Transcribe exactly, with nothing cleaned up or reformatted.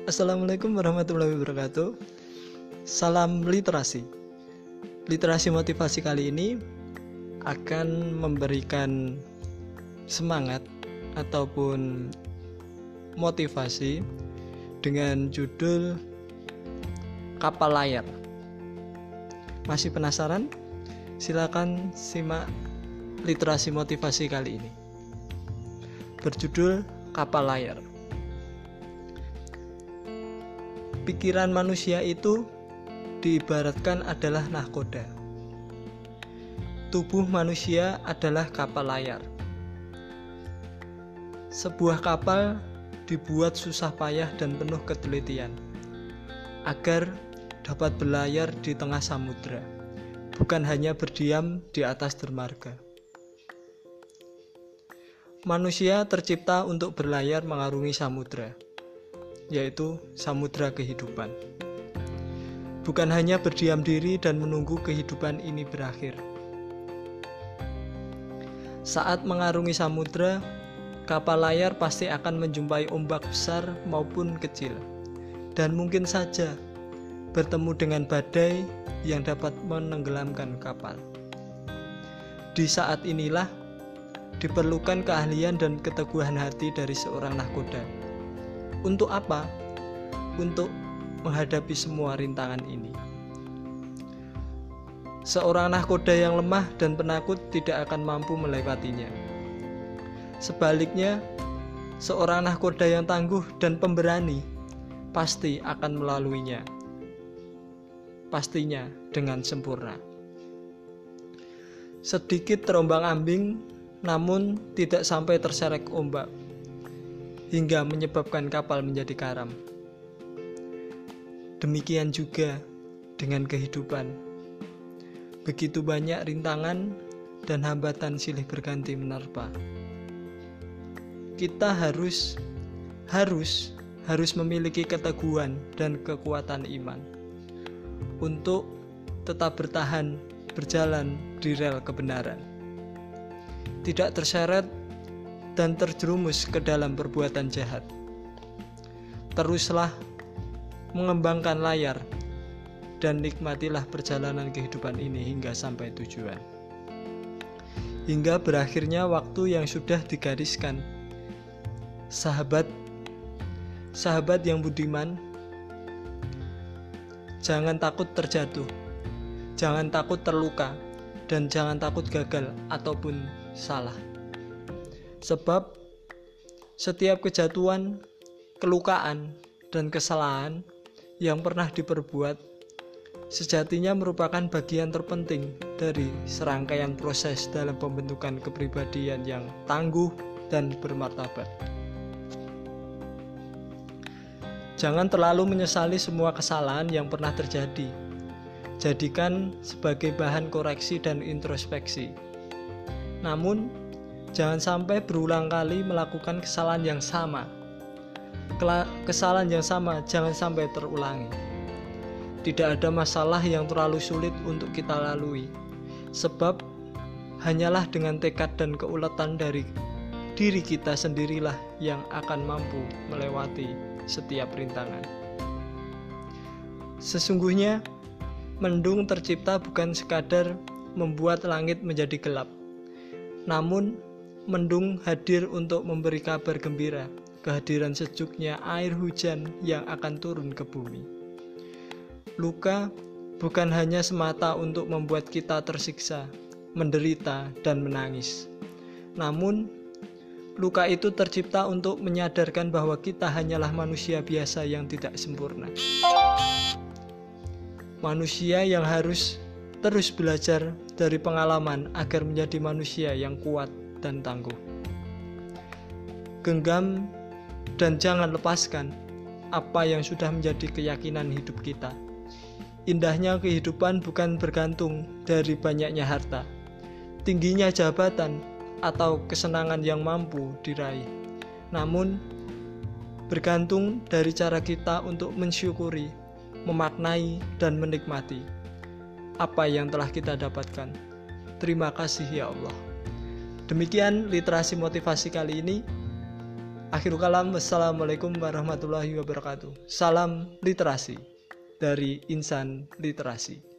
Assalamualaikum warahmatullahi wabarakatuh. Salam literasi. Literasi motivasi kali ini akan memberikan semangat ataupun motivasi dengan judul Kapal Layar. Masih penasaran? Silakan simak literasi motivasi kali ini. Berjudul Kapal Layar. Pikiran manusia itu diibaratkan adalah nahkoda. Tubuh manusia adalah kapal layar. Sebuah kapal dibuat susah payah dan penuh ketelitian agar dapat berlayar di tengah samudra, bukan hanya berdiam di atas dermaga. Manusia tercipta untuk berlayar mengarungi samudra, yaitu samudra kehidupan. Bukan hanya berdiam diri dan menunggu kehidupan ini berakhir. Saat mengarungi samudra, kapal layar pasti akan menjumpai ombak besar maupun kecil, dan mungkin saja bertemu dengan badai yang dapat menenggelamkan kapal. Di saat inilah diperlukan keahlian dan keteguhan hati dari seorang nahkoda. Untuk apa? Untuk menghadapi semua rintangan ini. Seorang nahkoda yang lemah dan penakut tidak akan mampu melewatinya. Sebaliknya, seorang nahkoda yang tangguh dan pemberani pasti akan melaluinya. Pastinya dengan sempurna. Sedikit terombang-ambing, namun tidak sampai terseret ombak, hingga menyebabkan kapal menjadi karam. Demikian juga dengan kehidupan. Begitu banyak rintangan dan hambatan silih berganti menerpa. Kita harus harus harus memiliki keteguhan dan kekuatan iman untuk tetap bertahan berjalan di rel kebenaran, tidak terseret dan terjerumus ke dalam perbuatan jahat. Teruslah mengembangkan layar dan nikmatilah perjalanan kehidupan ini hingga sampai tujuan. Hingga berakhirnya waktu yang sudah digariskan. Sahabat, sahabat yang budiman, jangan takut terjatuh, jangan takut terluka, dan jangan takut gagal ataupun salah. Sebab setiap kejatuhan, kelukaan, dan kesalahan yang pernah diperbuat sejatinya merupakan bagian terpenting dari serangkaian proses dalam pembentukan kepribadian yang tangguh dan bermartabat. Jangan terlalu menyesali semua kesalahan yang pernah terjadi. Jadikan sebagai bahan koreksi dan introspeksi. Namun, jangan sampai berulang kali melakukan kesalahan yang sama. Kesalahan yang sama jangan sampai terulangi. Tidak ada masalah yang terlalu sulit untuk kita lalui, sebab hanyalah dengan tekad dan keuletan dari diri kita sendirilah yang akan mampu melewati setiap rintangan. Sesungguhnya, mendung tercipta bukan sekadar membuat langit menjadi gelap, namun mendung hadir untuk memberi kabar gembira, kehadiran sejuknya air hujan yang akan turun ke bumi. Luka bukan hanya semata untuk membuat kita tersiksa, menderita, dan menangis. Namun, luka itu tercipta untuk menyadarkan bahwa kita hanyalah manusia biasa yang tidak sempurna. Manusia yang harus terus belajar dari pengalaman agar menjadi manusia yang kuat dan tangguh. Genggam dan jangan lepaskan apa yang sudah menjadi keyakinan hidup kita. Indahnya kehidupan bukan bergantung dari banyaknya harta, tingginya jabatan, atau kesenangan yang mampu diraih. Namun, bergantung dari cara kita untuk mensyukuri, memaknai, dan menikmati apa yang telah kita dapatkan. Terima kasih ya Allah. Demikian literasi motivasi kali ini. Akhirul kalam, wassalamualaikum warahmatullahi wabarakatuh. Salam literasi dari Insan Literasi.